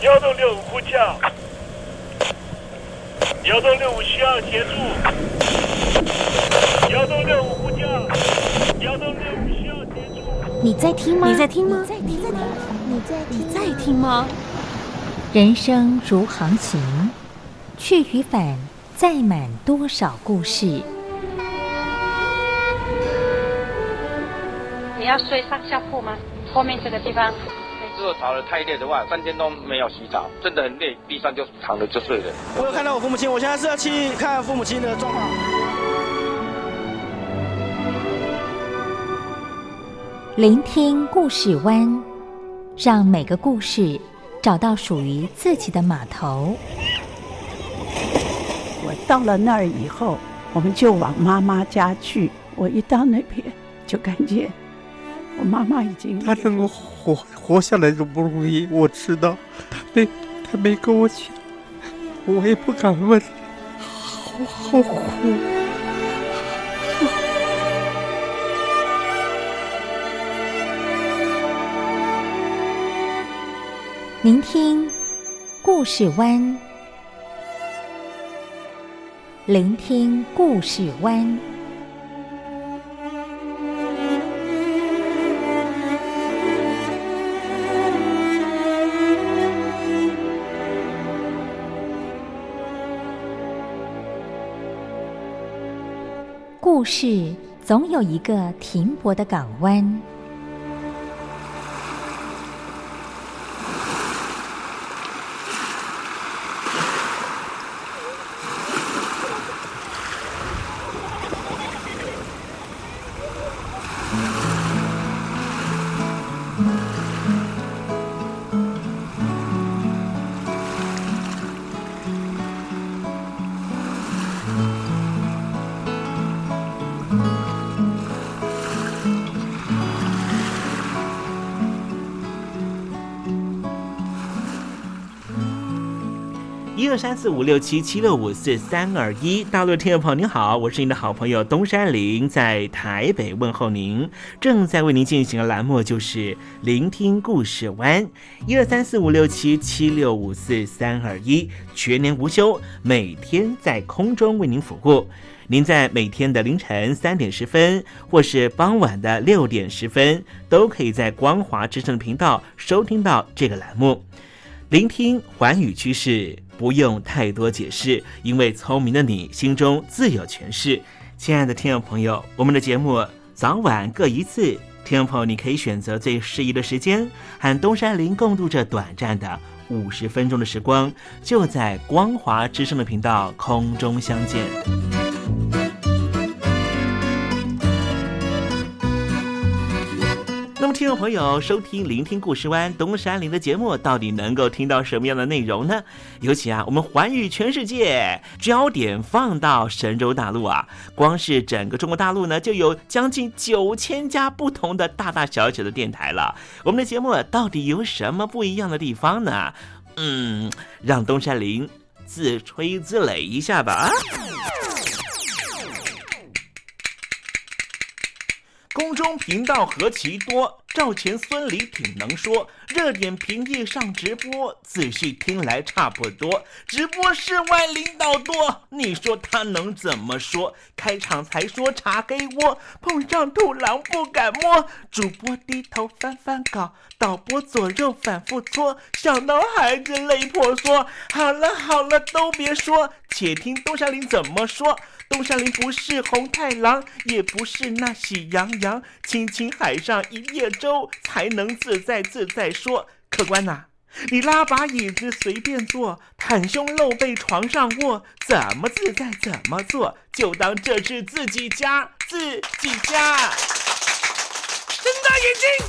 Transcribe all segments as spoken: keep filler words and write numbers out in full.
幺洞六五呼叫，幺洞六五需要协助，幺洞六五呼叫，幺洞六五需要协助。 你在听吗？ 你在听吗？ 你在听吗？你在你在听吗？ 人生如航行，去与返，载满多少故事。 你要睡上下铺吗？后面这个地方。 如果吵得太累的话，三天都没有洗澡，真的很累，地上就躺着就睡了。 我有看到我父母亲，我现在是要去看父母亲的状况。 聆听故事湾，让每个故事找到属于自己的码头。 我到了那儿以后，我们就往妈妈家去。我一到那边，就感觉我妈妈已经， 她能够活活下来都不容易，我知道。她没，她没跟我讲，我也不敢问，好好苦。 聆听故事湾，聆听故事湾。故事总有一个停泊的港湾。 一二三四五六七七六五四三二一，大陆的听众朋友您好，我是您的好朋友东山林，在台北问候您。正在为您进行的栏目就是聆听故事湾，一二三四五六七七六五四三二一，全年无休，每天在空中为您服务。您在每天的凌晨三点十分，或是傍晚的六点十分，都可以在光华之声的频道收听到这个栏目。聆听寰宇趋势，不用太多解释，因为聪明的你心中自有诠释。亲爱的听众朋友，我们的节目早晚各一次，听众朋友你可以选择最适宜的时间，和东山林共度这短暂的五十分钟的时光，就在光华之声的频道空中相见。那么听众朋友收听聆听故事湾东山林的节目，到底能够听到什么样的内容呢？尤其啊，我们环宇全世界，焦点放到神州大陆啊，光是整个中国大陆呢，就有将近九千家不同的大大小小的电台了。我们的节目到底有什么不一样的地方呢？嗯，让东山林自吹自擂一下吧。空中频道何其多，赵钱孙李挺能说，热点评议上直播，仔细听来差不多。直播室外领导多，你说他能怎么说？开场才说茶黑窝，碰上土狼不敢摸。主播低头翻翻稿，导播左右反复搓，想到孩子泪婆娑。好了好了，都别说，且听东山林怎么说。东山林不是红太狼，也不是那喜羊羊，亲亲海上一叶舟，才能自在自在说。客官呐、啊，你拉把椅子随便坐，袒胸露背床上卧，怎么自在怎么做，就当这是自己家，自己家。睁大眼睛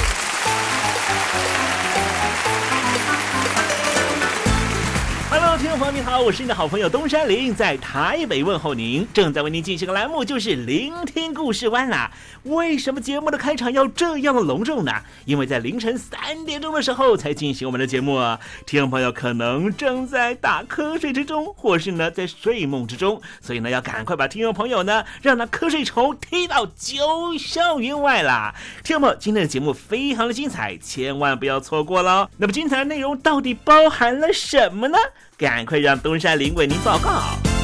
，Showtime！Hello， 听众众朋友，你好，我是你的好朋友东山林，在台北问候您。正在为您进行的栏目就是聆听故事湾啦。为什么节目的开场要这样的隆重呢？因为在凌晨三点钟的时候才进行我们的节目啊。听众朋友可能正在打瞌睡之中，或是呢在睡梦之中，所以呢要赶快把听众朋友呢让那瞌睡虫踢到九霄云外啦。听众朋友，今天的节目非常的精彩，千万不要错过了。那么精彩的内容到底包含了什么呢？赶快让东山林为您报告。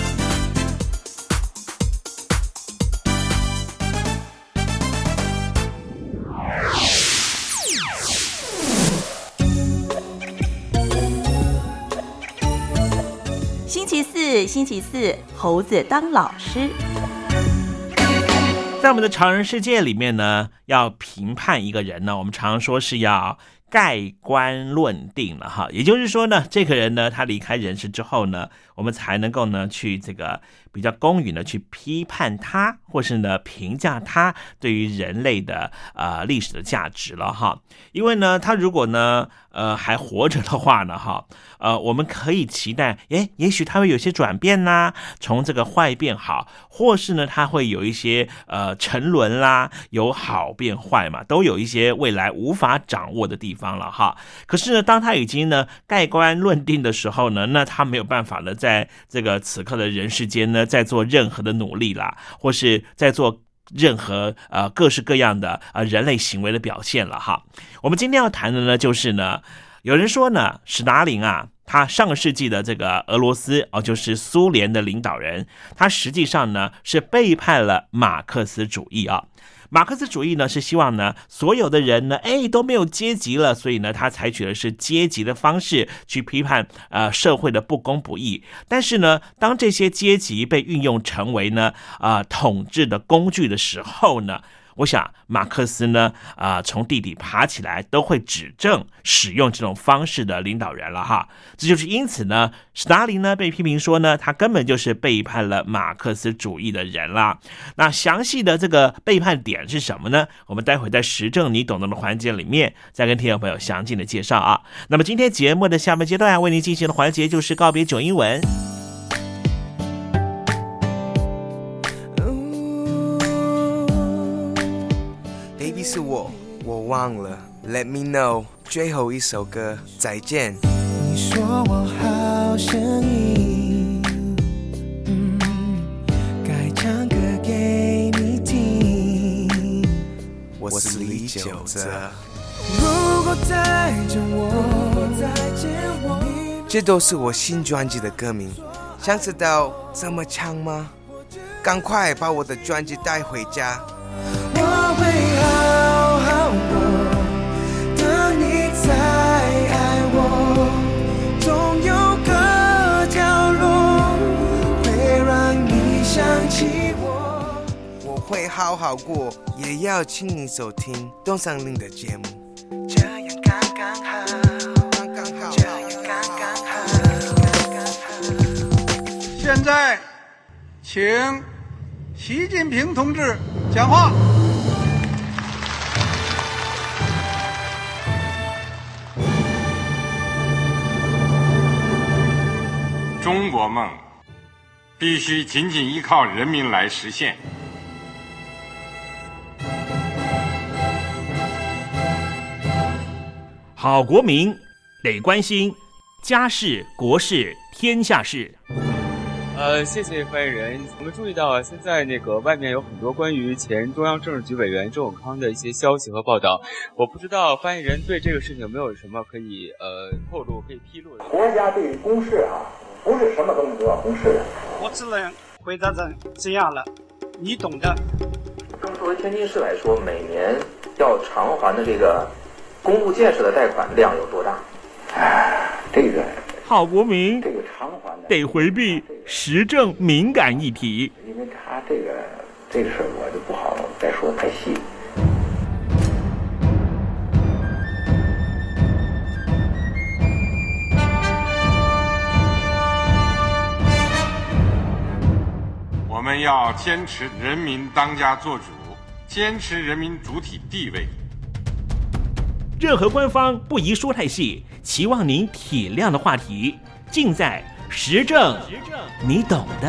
星期四，星期四，猴子当老师。 在我们的常人世界里面呢，要评判一个人呢，我们常说是要盖棺论定了哈，也就是说呢，这个人呢，他离开人世之后呢，我们才能够呢去这个比较公允的去批判他，或是呢评价他对于人类的呃历史的价值了哈。因为呢，他如果呢呃还活着的话呢哈，呃我们可以期待，诶，也许他会有些转变啦，从这个坏变好，或是呢他会有一些呃沉沦啦，由好变坏嘛，都有一些未来无法掌握的地方了哈。可是呢，当他已经呢盖棺论定的时候呢，那他没有办法呢，在这个此刻的人世间呢，在做任何的努力啦，或是在做任何呃各式各样的呃人类行为的表现了哈。我们今天要谈的呢，就是呢，有人说呢，史达林啊，他上个世纪的这个俄罗斯哦，就是苏联的领导人，他实际上呢是背叛了马克思主义啊。马克思主义呢是希望呢所有的人呢哎都没有阶级了，所以呢他采取的是阶级的方式去批判呃社会的不公不义。但是呢当这些阶级被运用成为呢啊、呃、统治的工具的时候呢，我想马克思呢啊、呃、从地底爬起来都会指正使用这种方式的领导人了哈。这就是因此呢，史达林呢被批评说呢，他根本就是背叛了马克思主义的人啦。那详细的这个背叛点是什么呢？我们待会在时政你懂得的环节里面再跟听众朋友详尽的介绍啊。那么今天节目的下半阶段为您进行的环节就是告别九英文。 Baby 是我，我忘了 Let me know 最后一首歌再见。你说我好声音、嗯、该唱歌给你听，我是李玖哲。如果再见我，这都是我新专辑的歌名，想知道怎么唱吗？赶快把我的专辑带回家。我会好好过，等你再爱我，总有个角落会让你想起我。我会好好过，也要请你收听东山林的节目，这样刚刚好，刚刚好，这样刚刚好，刚刚好。 现在请习近平同志讲话。 中国梦必须紧紧依靠人民来实现。 好国民得关心家事、国事、天下事。 呃，谢谢发言人。我们注意到现在那个外面有很多关于前中央政治局委员周永康的一些消息和报道，我不知道发言人对这个事情有没有什么可以呃透露、可以披露的。 国家对于公事啊，不是什么东西都要公示的。 我只能回答成这样了，你懂的。 那么作为天津市来说，每年要偿还的这个公路建设的贷款量有多大？哎，这个好国民这个偿还的得回避时政敏感议题， 因为他这个这个事儿我就不好再说太细。 我们要坚持人民当家作主，坚持人民主体地位。 任何官方不宜说太细，期望您体谅的话题，尽在时政，你懂的。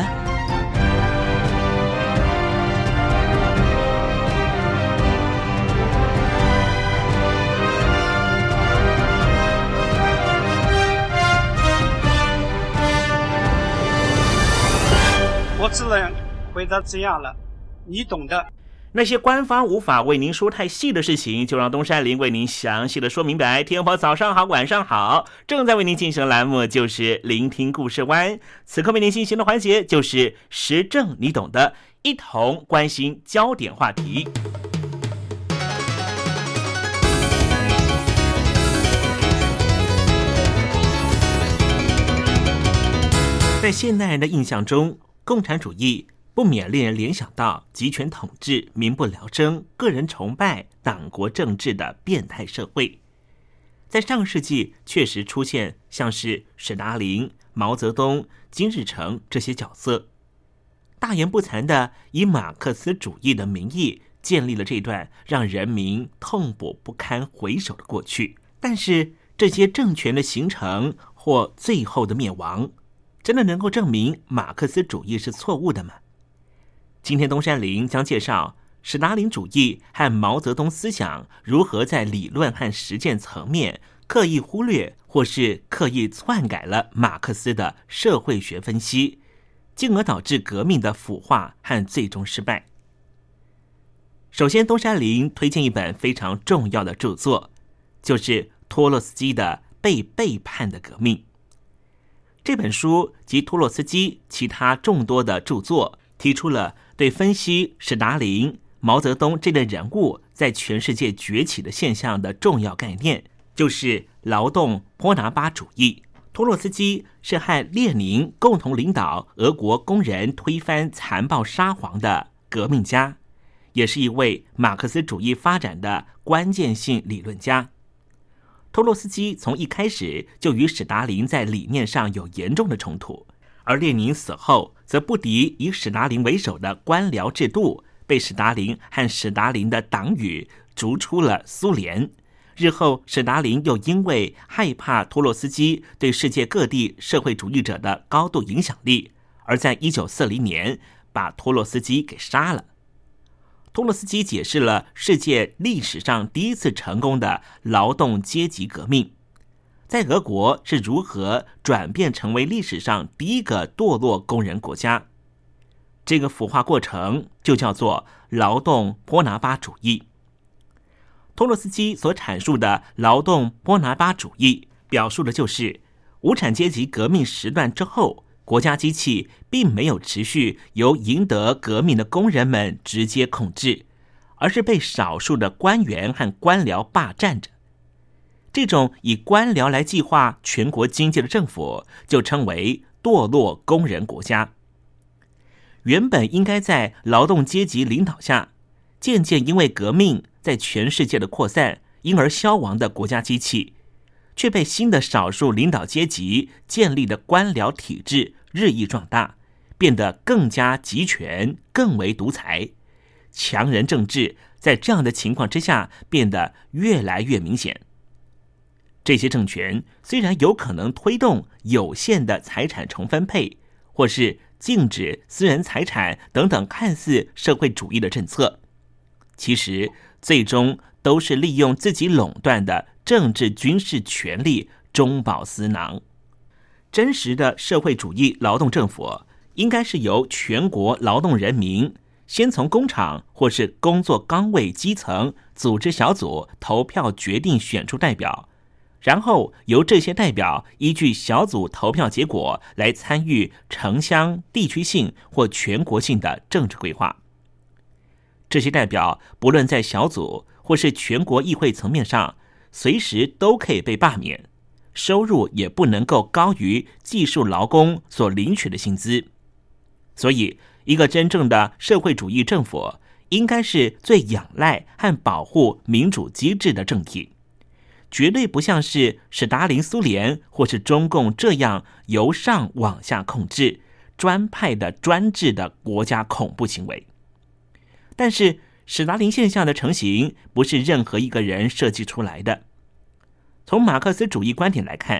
我只能回答这样了，你懂的。 那些官方无法为您说太细的事情，就让东山林为您详细的说明白。天婆早上好，晚上好，正在为您进行的栏目就是聆听故事湾，此刻为您进行的环节就是时政你懂的，一同关心焦点话题。在现代人的印象中，共产主义不免令人联想到集权统治、民不聊生、个人崇拜、党国政治的变态社会。在上个世纪确实出现像是史达林、毛泽东、金日成这些角色，大言不惭的以马克思主义的名义建立了这段让人民痛补不堪回首的过去。但是这些政权的形成或最后的灭亡，真的能够证明马克思主义是错误的吗？今天东山林将介绍史达林主义和毛泽东思想如何在理论和实践层面刻意忽略或是刻意篡改了马克思的社会学分析，进而导致革命的腐化和最终失败。首先，东山林推荐一本非常重要的著作，就是托洛斯基的《被背叛的革命》。这本书及托洛斯基其他众多的著作，提出了对分析史达林、毛泽东这类人物在全世界崛起的现象的重要概念，就是劳动波拿巴主义。托洛斯基是和列宁共同领导俄国工人推翻残暴沙皇的革命家，也是一位马克思主义发展的关键性理论家。托洛斯基从一开始就与史达林在理念上有严重的冲突，而列宁死后则不敌以史达林为首的官僚制度，被史达林和史达林的党羽逐出了苏联。日后史达林又因为害怕托洛斯基对世界各地社会主义者的高度影响力，而在一九四零年把托洛斯基给杀了。托洛斯基解释了世界历史上第一次成功的劳动阶级革命，在俄国是如何转变成为历史上第一个堕落工人国家。这个腐化过程就叫做劳动波拿巴主义。托洛斯基所阐述的劳动波拿巴主义，表述的就是无产阶级革命时段之后，国家机器并没有持续由赢得革命的工人们直接控制，而是被少数的官员和官僚霸占着。这种以官僚来计划全国经济的政府，就称为堕落工人国家。原本应该在劳动阶级领导下，渐渐因为革命在全世界的扩散，因而消亡的国家机器，却被新的少数领导阶级建立的官僚体制日益壮大，变得更加集权，更为独裁。强人政治在这样的情况之下变得越来越明显。这些政权虽然有可能推动有限的财产重分配，或是禁止私人财产等等看似社会主义的政策，其实最终都是利用自己垄断的政治军事权力中饱私囊。真实的社会主义劳动政府应该是由全国劳动人民先从工厂或是工作岗位基层组织小组投票决定选出代表，然后由这些代表依据小组投票结果来参与城乡、地区性或全国性的政治规划。这些代表不论在小组或是全国议会层面上，随时都可以被罢免，收入也不能够高于技术劳工所领取的薪资。所以，一个真正的社会主义政府应该是最仰赖和保护民主机制的政体，绝对不像是史达林苏联或是中共这样由上往下控制、专派的专制的国家恐怖行为。但是史达林现象的成型不是任何一个人设计出来的。从马克思主义观点来看，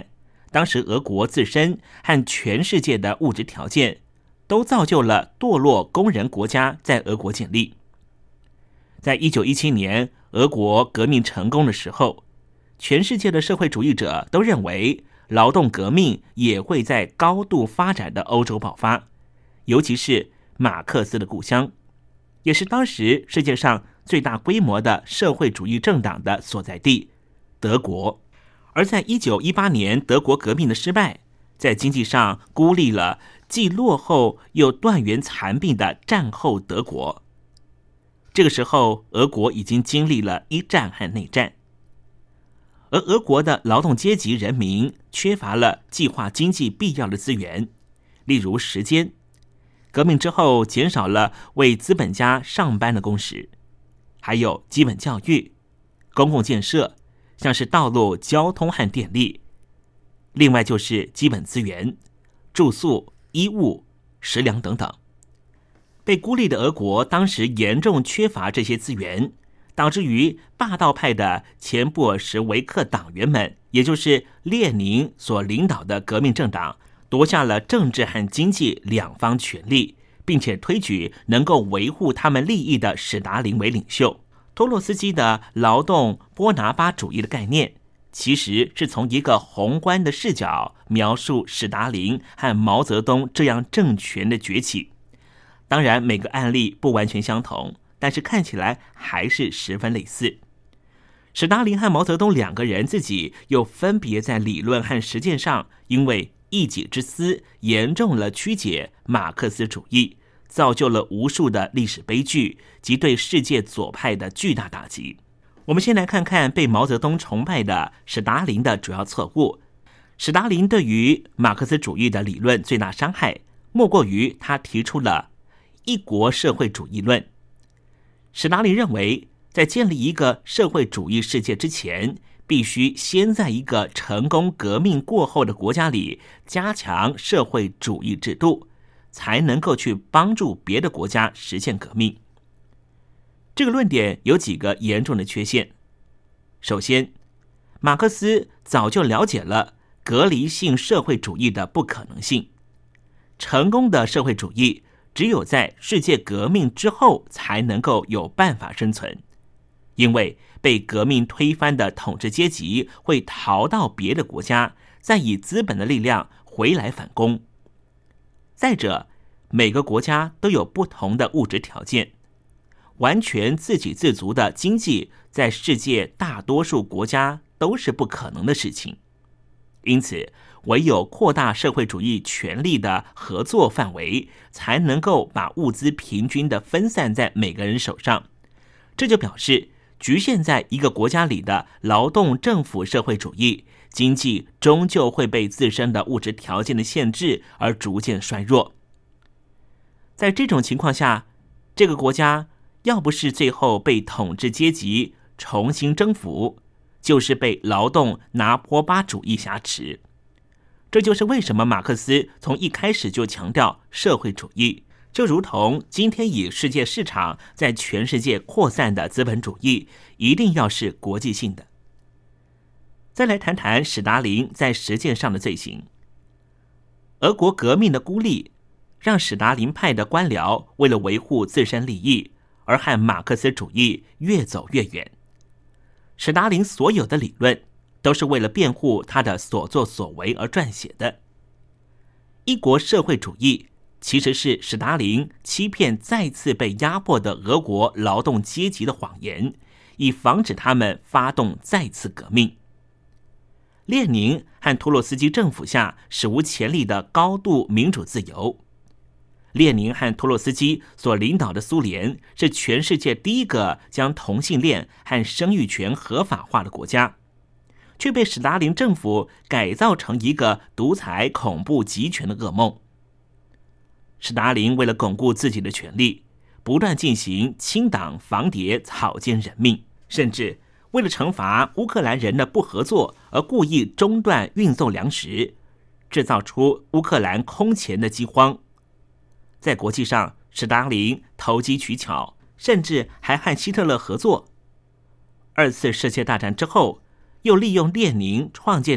当时俄国自身和全世界的物质条件都造就了堕落工人国家在俄国建立。在一九一七年俄国革命成功的时候，全世界的社会主义者都认为劳动革命也会在高度发展的欧洲爆发，尤其是马克思的故乡，也是当时世界上最大规模的社会主义政党的所在地德国。而在一九一八年德国革命的失败，在经济上孤立了既落后又断垣残壁的战后德国。这个时候俄国已经经历了一战和内战，而俄国的劳动阶级人民缺乏了计划经济必要的资源，例如时间。革命之后减少了为资本家上班的工时，还有基本教育、公共建设，像是道路、交通和电力，另外就是基本资源、住宿、衣物、食粮等等。被孤立的俄国当时严重缺乏这些资源，导致于霸道派的前布尔什维克党员们，也就是列宁所领导的革命政党，夺下了政治和经济两方权力，并且推举能够维护他们利益的史达林为领袖。托洛斯基的劳动波拿巴主义的概念，其实是从一个宏观的视角描述史达林和毛泽东这样政权的崛起。当然每个案例不完全相同，但是看起来还是十分类似。史达林和毛泽东两个人自己又分别在理论和实践上因为一己之私严重了曲解马克思主义，造就了无数的历史悲剧及对世界左派的巨大打击。我们先来看看被毛泽东崇拜的史达林的主要错误。史达林对于马克思主义的理论最大伤害，莫过于他提出了一国社会主义论。史达林认为，在建立一个社会主义世界之前，必须先在一个成功革命过后的国家里加强社会主义制度，才能够去帮助别的国家实现革命。这个论点有几个严重的缺陷。首先，马克思早就了解了隔离性社会主义的不可能性。成功的社会主义只有在世界革命之后才能够有办法生存，因为被革命推翻的统治阶级会逃到别的国家，再以资本的力量回来反攻。再者，每个国家都有不同的物质条件，完全自给自足的经济在世界大多数国家都是不可能的事情。因此，唯有扩大社会主义权力的合作范围，才能够把物资平均的分散在每个人手上。这就表示，局限在一个国家里的劳动政府社会主义经济，终究会被自身的物质条件的限制而逐渐衰弱。在这种情况下，这个国家要不是最后被统治阶级重新征服，就是被劳动拿坡巴主义挟持。这就是为什么马克思从一开始就强调社会主义，就如同今天以世界市场在全世界扩散的资本主义，一定要是国际性的。再来谈谈史达林在实践上的罪行。俄国革命的孤立，让史达林派的官僚为了维护自身利益，而和马克思主义越走越远。史达林所有的理论都是为了辩护他的所作所为而撰写的。一国社会主义其实是史达林欺骗再次被压迫的俄国劳动阶级的谎言，以防止他们发动再次革命。列宁和托洛斯基政府下史无前例的高度民主自由。列宁和托洛斯基所领导的苏联是全世界第一个将同性恋和生育权合法化的国家，却被史达林政府改造成一个独裁恐怖集权的噩梦。史达林为了巩固自己的权力，不断进行清党防谍、草菅人命，甚至为了惩罚乌克兰人的不合作而故意中断运送粮食，制造出乌克兰空前的饥荒。在国际上，史达林投机取巧，甚至还和希特勒合作。二次世界大战之后，又利用列宁创建的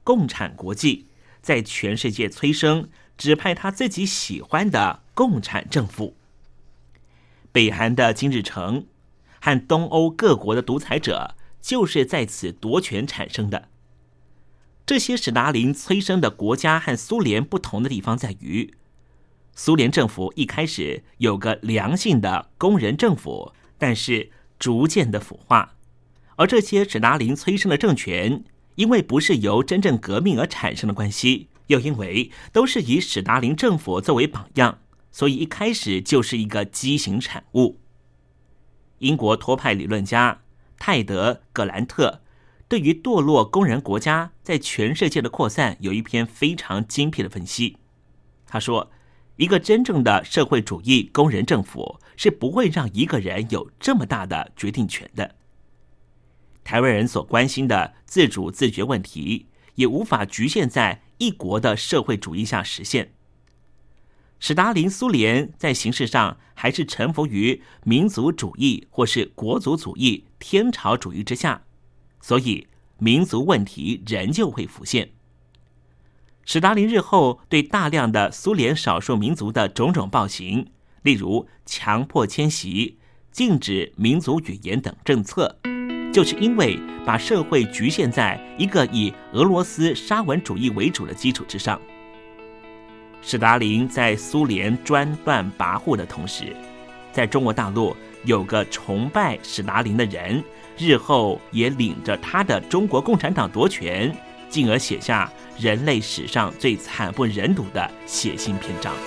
共产国际，在全世界催生指派他自己喜欢的共产政府。北韩的金日成和东欧各国的独裁者就是在此夺权产生的。这些史达林催生的国家和苏联不同的地方在于，苏联政府一开始有个良性的工人政府，但是逐渐的腐化。而这些史达林催生的政权，因为不是由真正革命而产生的关系，又因为都是以史达林政府作为榜样，所以一开始就是一个畸形产物。英国托派理论家泰德·葛兰特对于堕落工人国家在全世界的扩散有一篇非常精辟的分析。他说，一个真正的社会主义工人政府是不会让一个人有这么大的决定权的。台湾人所关心的自主自觉问题，也无法局限在一国的社会主义下实现。史达林苏联在形式上还是臣服于民族主义或是国族主义、天朝主义之下，所以民族问题仍旧会浮现。史达林日后对大量的苏联少数民族的种种暴行，例如强迫迁徙、禁止民族语言等政策，就是因为把社会局限在一个以俄罗斯沙文主义为主的基础之上。史达林在苏联专断跋扈的同时，在中国大陆有个崇拜史达林的人，日后也领着他的中国共产党夺权，进而写下人类史上最惨不忍睹的血腥篇章。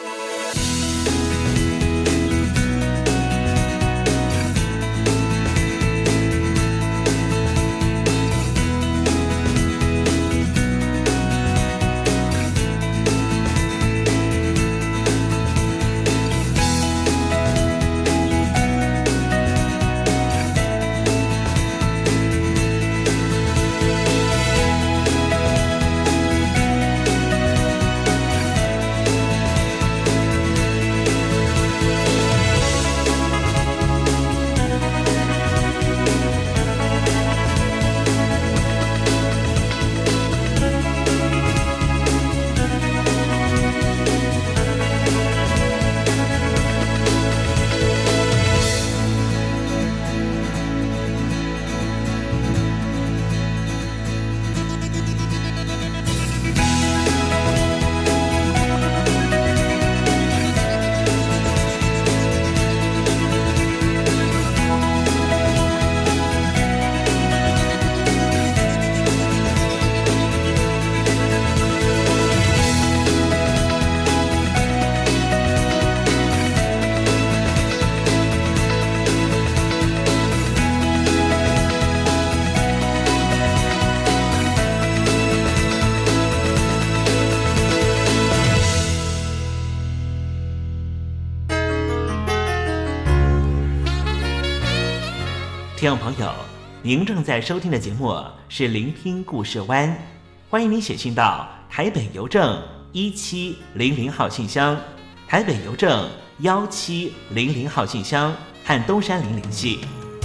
听众朋友，您正在收听的节目是《聆听故事湾》，欢迎您写信到台北邮政一七零零号信箱，台北邮政幺七零零号信箱，和东山林联系。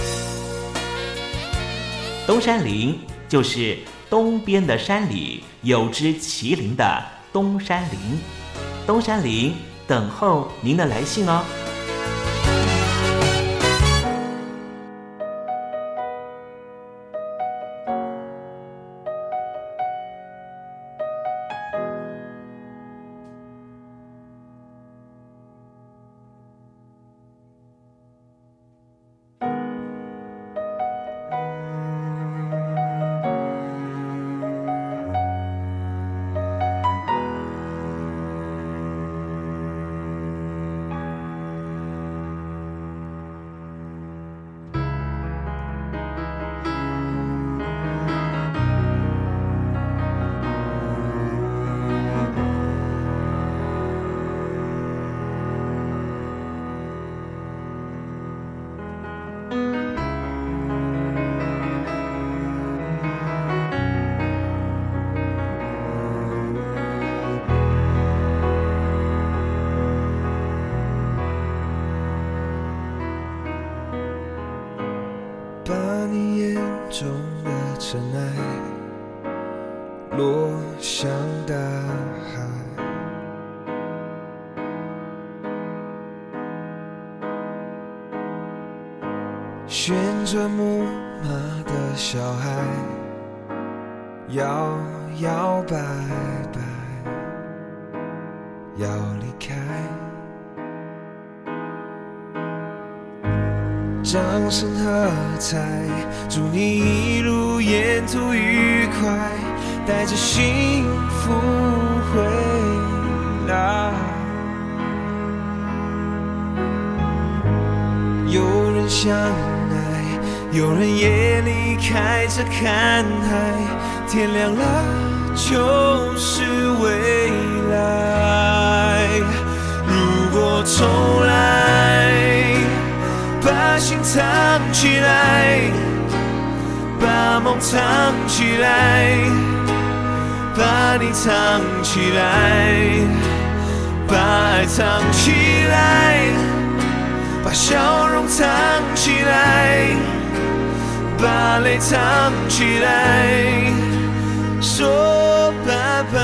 东山林就是东边的山里有只麒麟的东山林，东山林等候您的来信哦。 把你眼中的尘埃落向大海。旋转木马的小孩，摇摇摆摆，要离开。掌声喝彩，祝你一路沿途愉快，带着幸福回来。有人相爱，有人也离开这看海，天亮了就是未来。如果重来，把心藏起来，把梦藏起来，把你藏起来，把爱藏起来，把笑容藏起来，把泪藏起来，说拜拜，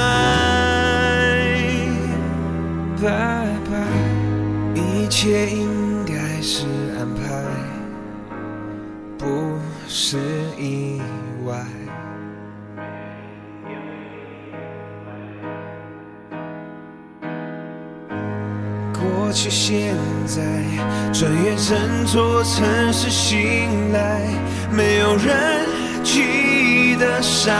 拜拜，一切应该是安排，不是意外。过去现在转眼整座城市醒来，没有人记得伤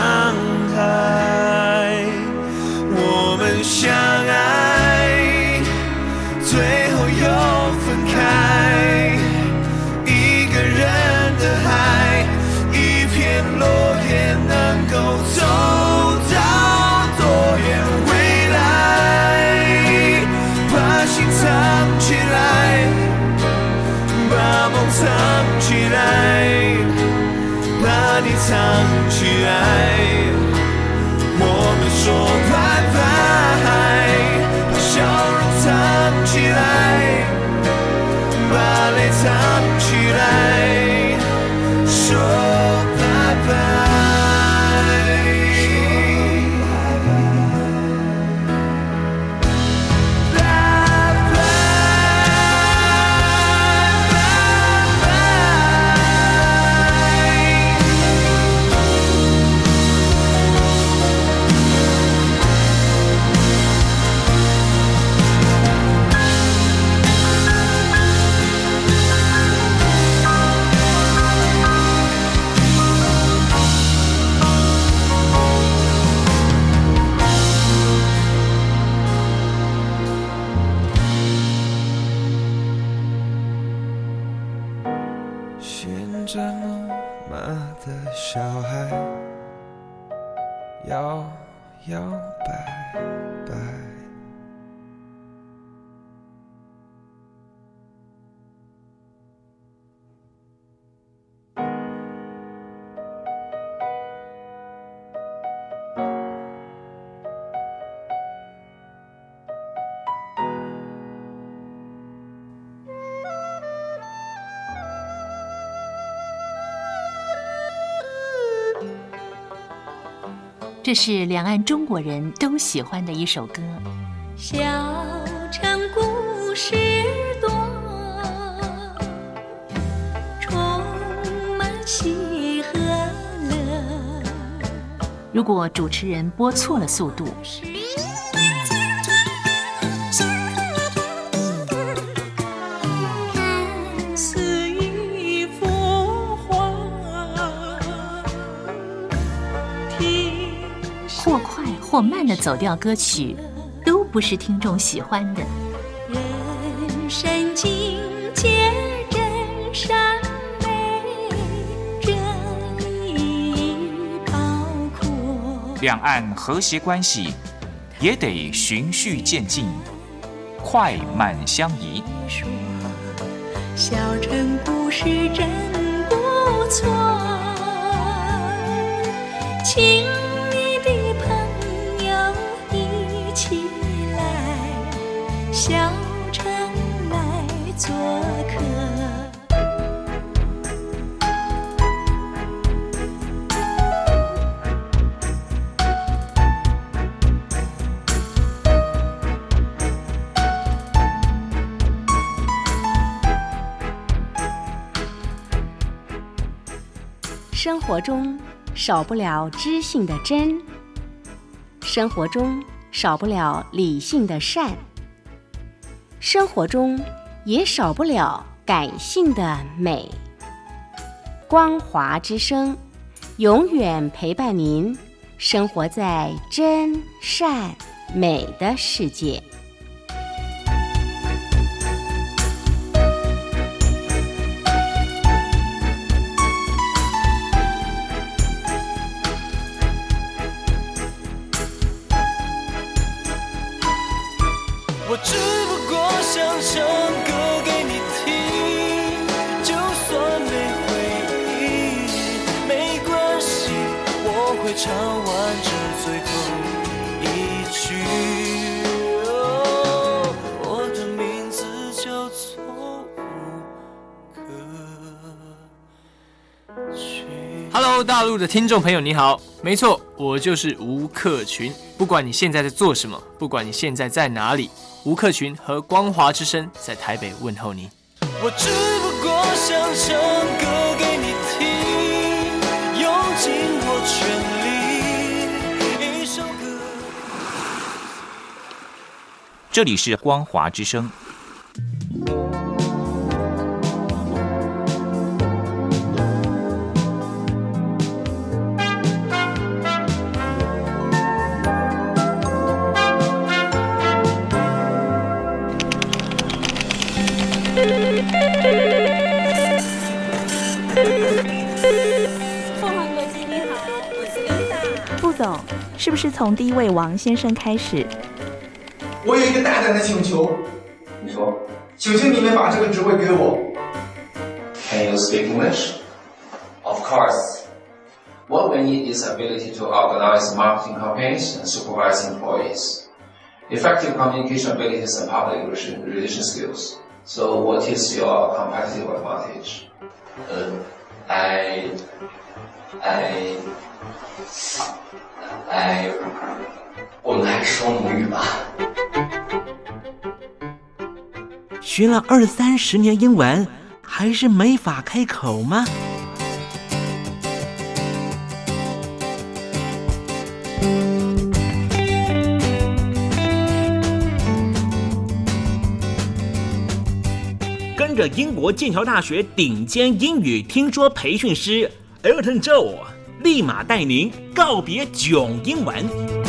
害。我们相爱，最后又分开，一个人的海，一片落叶，能够走到多远未来。把心藏起来，把梦藏起来，把你藏起来，我们说拜拜，把笑容藏起来，把泪藏起来，说拜拜。旋转木马的小孩，摇摇摆摆。 这是两岸中国人都喜欢的一首歌。 小城故事多，充满喜和乐。 如果主持人播错了速度， 看似一幅画， 或快或慢的走调歌曲，都不是听众喜欢的。 人生境界真善美，这意义包括。 两岸和谐关系也得循序渐进，快慢相宜。 小城故事真不错，请你的朋友一起来小城来做客。 生活中少不了知性的真，生活中少不了理性的善，生活中也少不了感性的美。光华之声永远陪伴您生活在真善美的世界。 我只不过想唱歌给你听，就算没回应没关系，我会唱完这最后一句。哦，我的名字叫做吴克群。 Hello， 大陆的听众朋友你好，没错，我就是吴克群。不管你现在在做什么，不管你现在在哪里，吴克群和光华之声在台北问候您。 我只不过想唱歌给你听，用尽我全力，一首歌。 这里是光华之声。 副总，是不是从第一位王先生开始？ 我有一个大胆的请求， 你说， 请求你们把这个职位给我。 Can you speak English? Of course. What we need is ability to organize marketing campaigns and supervise employees, effective communication abilities and public relation skills. So what is your competitive advantage? Uh, I, I, I, 我们还是说母语吧。 学了二三十年英文，还是没法开口吗？跟着英国剑桥大学顶尖英语听说培训师 Elton Joe 立马带您告别囧英文。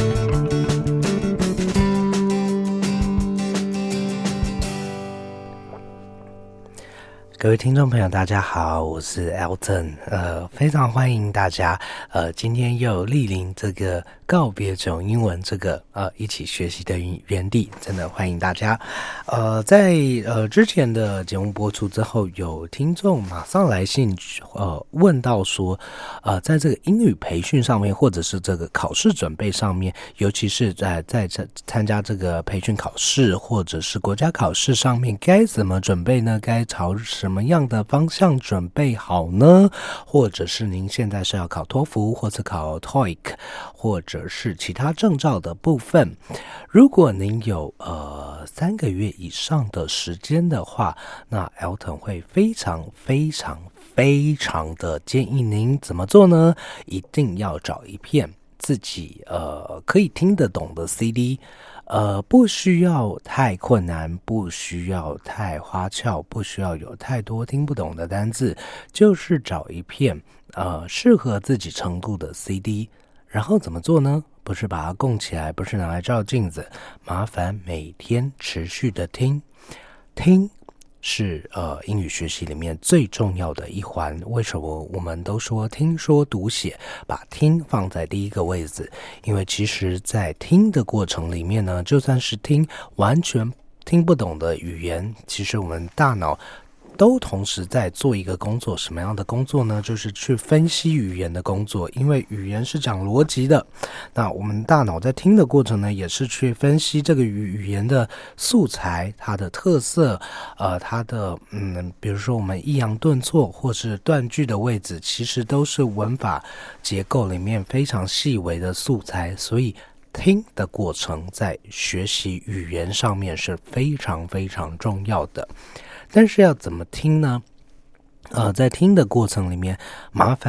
各位听众朋友大家好，我是 Elton， 呃，非常欢迎大家，呃，今天又莅临这个告别囧英文这个呃一起学习的园地，真的欢迎大家。呃，在呃之前的节目播出之后，有听众马上来信，呃，问到说，呃，在这个英语培训上面，或者是这个考试准备上面，尤其是在在参加这个培训考试或者是国家考试上面，该怎么准备呢？该朝什么什么样的方向准备好呢？或者是您现在是要考托福，或是考 T O E I C， 或者是其他证照的部分，如果您有呃三个月以上的时间的话，那 Elton 会非常非常非常的建议您怎么做呢？一定要找一片自己呃可以听得懂的 C D。呃，不需要太困难，不需要太花俏，不需要有太多听不懂的单字，就是找一片呃适合自己程度的 C D。然后怎么做呢？不是把它供起来，不是拿来照镜子，麻烦每天持续的听，听是呃英语学习里面最重要的一环。为什么我们都说听说读写，把听放在第一个位置？因为其实在听的过程里面呢，就算是听完全听不懂的语言，其实我们大脑都同时在做一个工作。什么样的工作呢？就是去分析语言的工作。因为语言是讲逻辑的，那我们大脑在听的过程呢，也是去分析这个语语言的素材，它的特色，呃，它的嗯，比如说我们抑扬顿挫或是断句的位置，其实都是文法结构里面非常细微的素材，所以听的过程在学习语言上面是非常非常重要的。但是要怎么听呢？呃，在听的过程里面，麻烦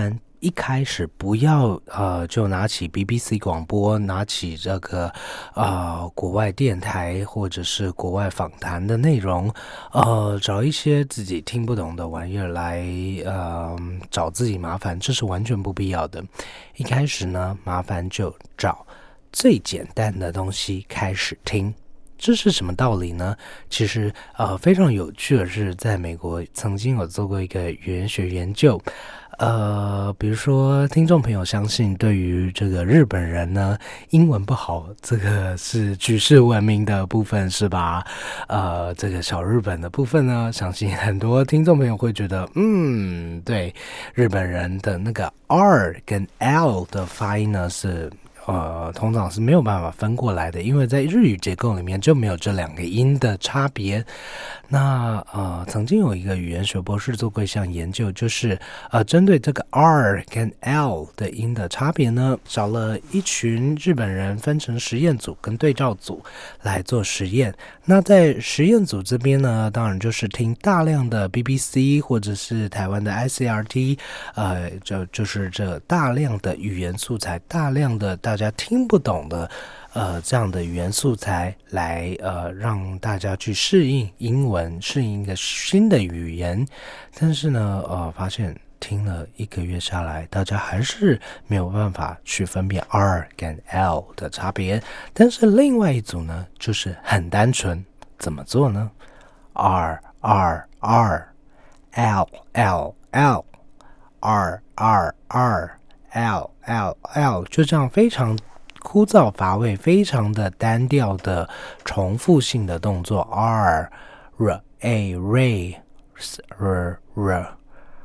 一开始不要呃就拿起 B B C 广播，拿起这个呃国外电台或者是国外访谈的内容，呃找一些自己听不懂的玩意儿来呃找自己麻烦，这是完全不必要的。一开始呢，麻烦就找最简单的东西开始听。这是什么道理呢？其实呃非常有趣的是，在美国曾经有做过一个语言学研究，呃比如说听众朋友相信对于这个日本人呢英文不好，这个是举世闻名的部分是吧？呃这个小日本的部分呢，相信很多听众朋友会觉得嗯对，日本人的那个 R 跟 L 的发音呢是呃，通常是没有办法分过来的，因为在日语结构里面就没有这两个音的差别。那呃，曾经有一个语言学博士做过一项研究，就是呃，针对这个 R 跟 L 的音的差别呢，找了一群日本人分成实验组跟对照组来做实验。那在实验组这边呢，当然就是听大量的 B B C 或者是台湾的 I C R T， 呃，就就是这大量的语言素材，大量的大家听不懂的呃这样的语言素材来呃让大家去适应英文，适应一个新的语言。但是呢呃发现听了一个月下来，大家还是没有办法去分辨 R 跟 L 的差别。但是另外一组呢，就是很单纯，怎么做呢？ R R R L L L R R R L L L， 就这样非常枯燥乏味，非常的单调的重复性的动作。 R R A R R R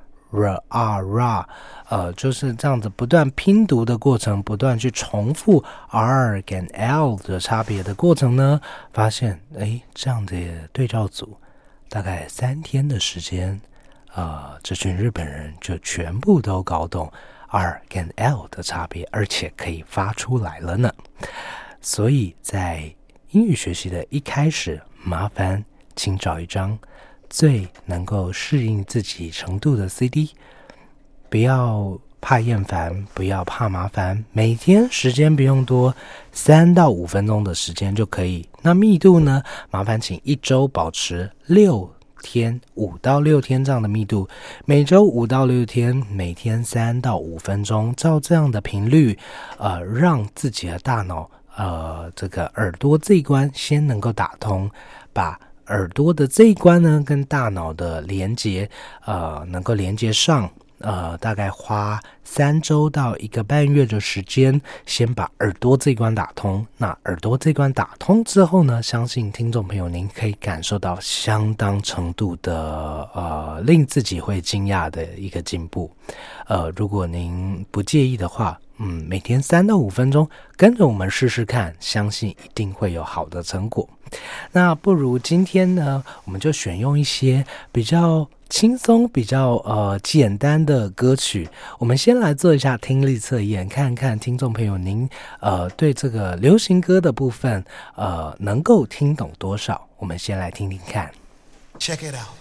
R R R， 呃，就是这样子不断拼读的过程，不断去重复 R 跟 L 的差别的过程呢，发现诶这样的对照组大概三天的时间，呃，这群日本人就全部都搞懂 R 跟 L 的差别，而且可以发出来了呢。所以在英语学习的一开始，麻烦请找一张最能够适应自己程度的 C D， 不要怕厌烦，不要怕麻烦，每天时间不用多，三到五分钟的时间就可以。那密度呢，麻烦请一周保持六天，五到六天这样的密度，每周五到六天，每天三到五分钟，照这样的频率，呃，让自己的大脑，呃，这个耳朵这一关先能够打通，把耳朵的这一关呢跟大脑的连接，呃，能够连接上。呃，大概花三周到一个半月的时间，先把耳朵这关打通。那耳朵这关打通之后呢，相信听众朋友您可以感受到相当程度的呃，令自己会惊讶的一个进步。呃，如果您不介意的话，嗯，每天三到五分钟，跟着我们试试看，相信一定会有好的成果。那不如今天呢，我们就选用一些比较轻松、比较呃简单的歌曲，我们先来做一下听力测验，看看听众朋友您呃对这个流行歌的部分呃能够听懂多少。我们先来听听看。 Check it out。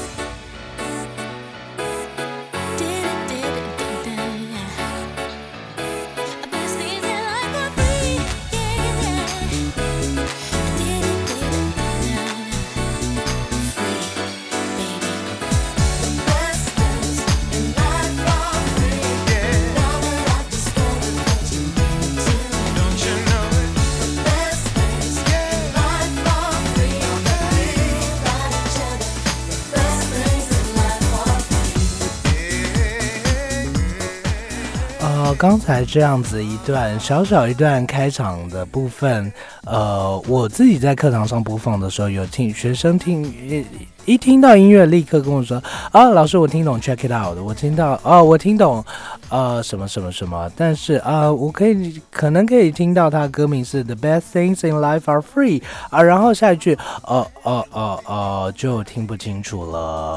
刚才这样子一段小小一段开场的部分，呃，我自己在课堂上播放的时候，有听学生听一, 一听到音乐，立刻跟我说：“啊，老师，我听懂 ，check it out。”我听到哦，我听懂，呃，什么什么什么，但是啊、呃，我可以可能可以听到他歌名是 "The best things in life are free" 啊，然后下一句，呃呃呃呃，就听不清楚了。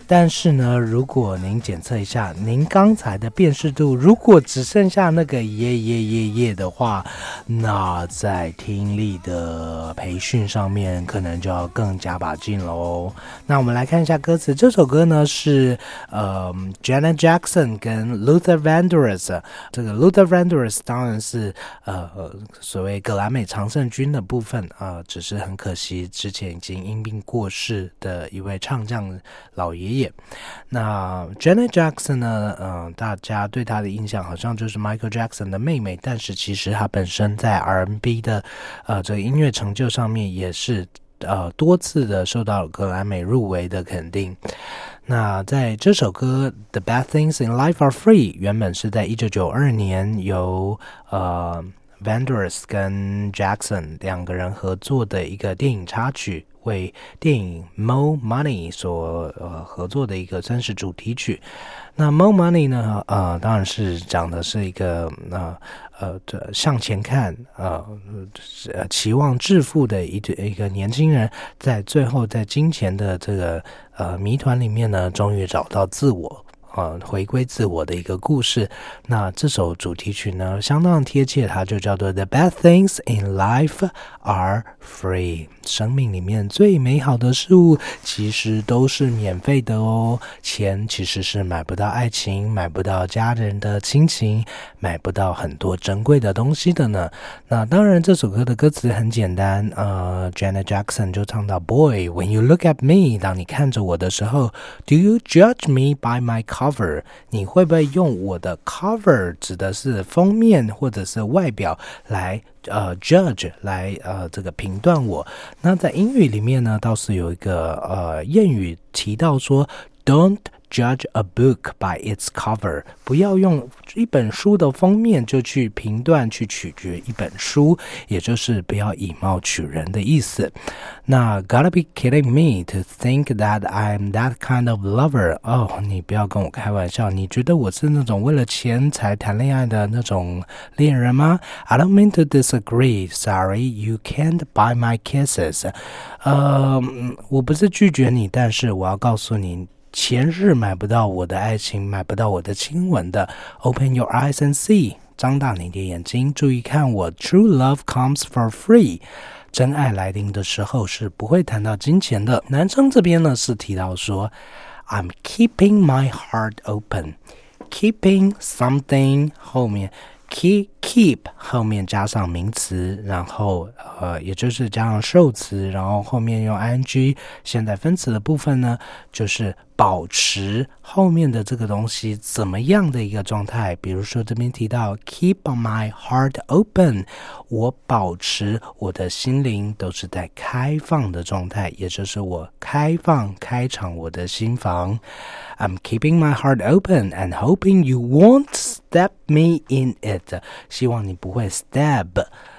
但是呢，如果您检测一下您刚才的辨识度，如果只剩下那个耶耶耶耶的话，那在听力的培训上面可能就要更加把劲咯。那我们来看一下歌词，这首歌呢是呃 Janet Jackson 跟 Luther Vandross， 这个 Luther Vandross 当然是呃所谓格莱美常胜军的部分啊、呃，只是很可惜之前已经因病过世的一位唱将老爷爷。那 Janet Jackson 呢，呃，大家对她的印象好像就是 Michael Jackson 的妹妹，但是其实她本身在 R and B 的呃这个音乐成就上面也是呃多次的受到格莱美入围的肯定。那在这首歌 The Bad Things in Life Are Free 原本是在一九九二年由呃Vandross 跟 Jackson 两个人合作的一个电影插曲，为电影 More Money 所、呃、合作的一个算是主题曲。那 More Money 呢，呃，当然是讲的是一个呃呃向前看，呃呃期望致富的一一个年轻人，在最后在金钱的这个呃谜团里面呢，终于找到自我。呃，回归自我的一个故事。那这首主题曲呢，相当贴切，它就叫做 The Bad Things in Life Are Free。生命里面最美好的事物其实都是免费的哦。钱其实是买不到爱情，买不到家人的亲情，买不到很多珍贵的东西的呢。那当然，这首歌的歌词很简单，呃 ，Janet Jackson 就唱到 Boy, when you look at me， 当你看着我的时候 ，Do you judge me by my cover？ 你会不会用我的 cover 指的是封面或者是外表来呃 judge 来呃这个评断我？那在英语里面呢，倒是有一个呃谚语提到说 ，Don't judge a book by its cover， 不要用一本书的封面就去评断、去取决一本书，也就是不要以貌取人的意思。那 Gotta be kidding me to think that I'm that kind of lover。 哦，你不要跟我开玩笑，你觉得我是那种为了钱才谈恋爱的那种恋人吗？ I don't mean to disagree. Sorry, you can't buy my kisses。 呃，我不是拒绝你，但是我要告诉你，钱是买不到我的爱情，买不到我的亲吻的。 Open your eyes and see， 张大你的眼睛，注意看我。 True love comes for free， 真爱来临的时候是不会谈到金钱的。男生这边呢是提到说 I'm keeping my heart open， keeping something 后面Keep, keep 后面加上名词，然后呃，也就是加上受词，然后后面用 ing。现在分词的部分呢，就是保持后面的这个东西怎么样的一个状态。比如说这边提到 keep my heart open， 我保持我的心灵都是在开放的状态，也就是我开放开敞我的心房。I'm keeping my heart open and hoping you won't stab me in it。 希望你不会 stab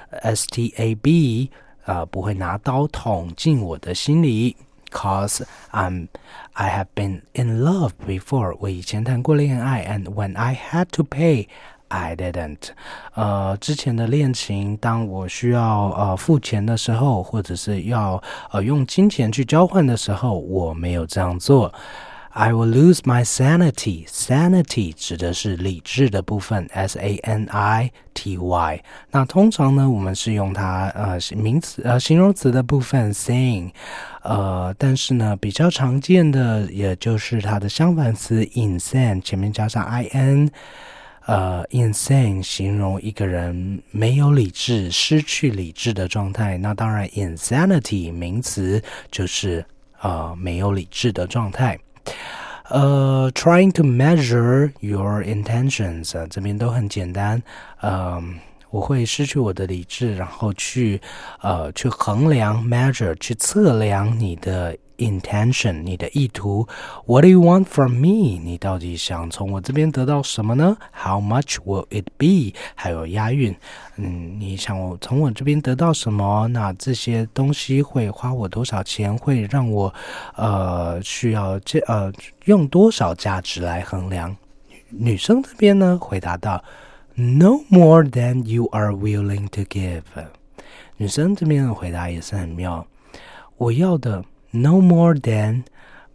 S T A B 呃，不会拿刀捅进我的心里。 Cause I'm, I have been in love before， 我以前谈过恋爱 and when I had to pay I didn't。 呃，之前的恋情，当我需要呃付钱的时候，或者是要呃用金钱去交换的时候，我没有这样做。I will lose my sanity. Sanity 指的是理智的部分 S A N I T Y。 那通常呢，我们是用它呃名词呃形容词的部分 sane， 呃，但是呢比较常见的也就是它的相反词 insane， 前面加上 in。呃 insane 形容一个人没有理智、失去理智的状态。那当然 insanity 名词就是呃没有理智的状态。呃、uh, trying to measure your intentions， 呃、这边都很简单。呃，我会失去我的理智，然后去呃去衡量 measure 去测量你的 intention 你的意图。 What do you want from me？ 你到底想从我这边得到什么呢？ How much will it be？ 还有押韵。嗯，你想我从我这边得到什么？那这些东西会花我多少钱？会让我呃需要这呃用多少价值来衡量？女生这边呢回答到 No more than you are willing to give。 女生这边的回答也是很妙，我要的 no more than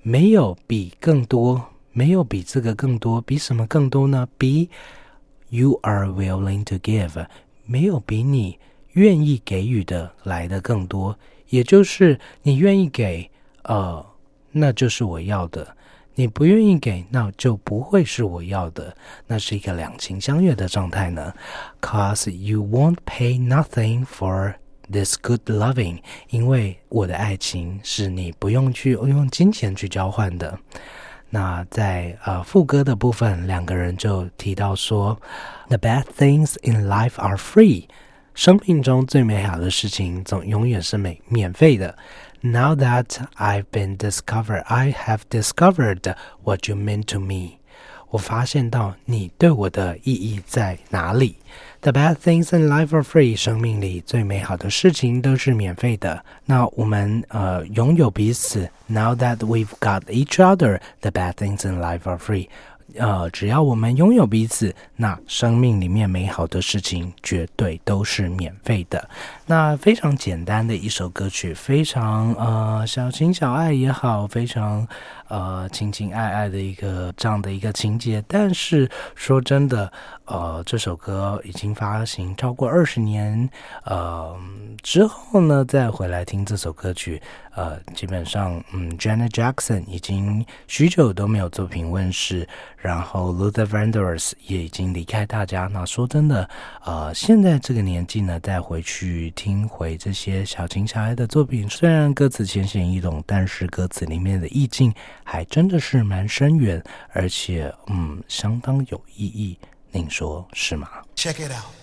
没有比更多，没有比这个更多，比什么更多呢？比 you are willing to give， 没有比你愿意给予的来的更多，也就是你愿意给，呃，那就是我要的。你不愿意给，那就不会是我要的，那是一个两情相悦的状态呢。Cause you won't pay nothing for this good loving， 因为我的爱情是你不用去用金钱去交换的。那在呃副歌的部分，两个人就提到说 ，The bad things in life are free， 生命中最美好的事情总永远是免免费的。Now that I've been discovered, I have discovered what you meant to me. 我发现到你对我的意义在哪里。The bad things in life are free. 生命里最美好的事情都是免费的。那我们呃拥有彼此。Now that we've got each other, the bad things in life are free. 呃，只要我们拥有彼此，那生命里面美好的事情绝对都是免费的。那非常简单的一首歌曲，非常呃小情小爱也好，非常呃情情爱爱的一个这样的一个情节。但是说真的，呃，这首歌已经发行超过二十年，呃之后呢，再回来听这首歌曲，呃，基本上嗯 ，Janet Jackson 已经许久都没有作品问世。然后 Luther Vandross 也已经离开大家。那说真的，呃，现在这个年纪呢，再回去听回这些小情小爱的作品，虽然歌词浅显易懂，但是歌词里面的意境还真的是蛮深远，而且嗯，相当有意义。您说是吗？ Check it out。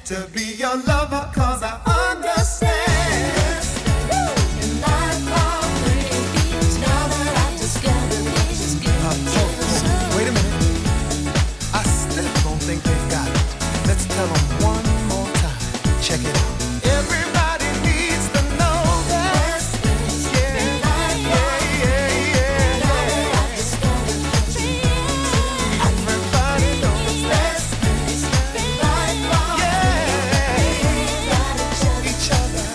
to be your lover, cause I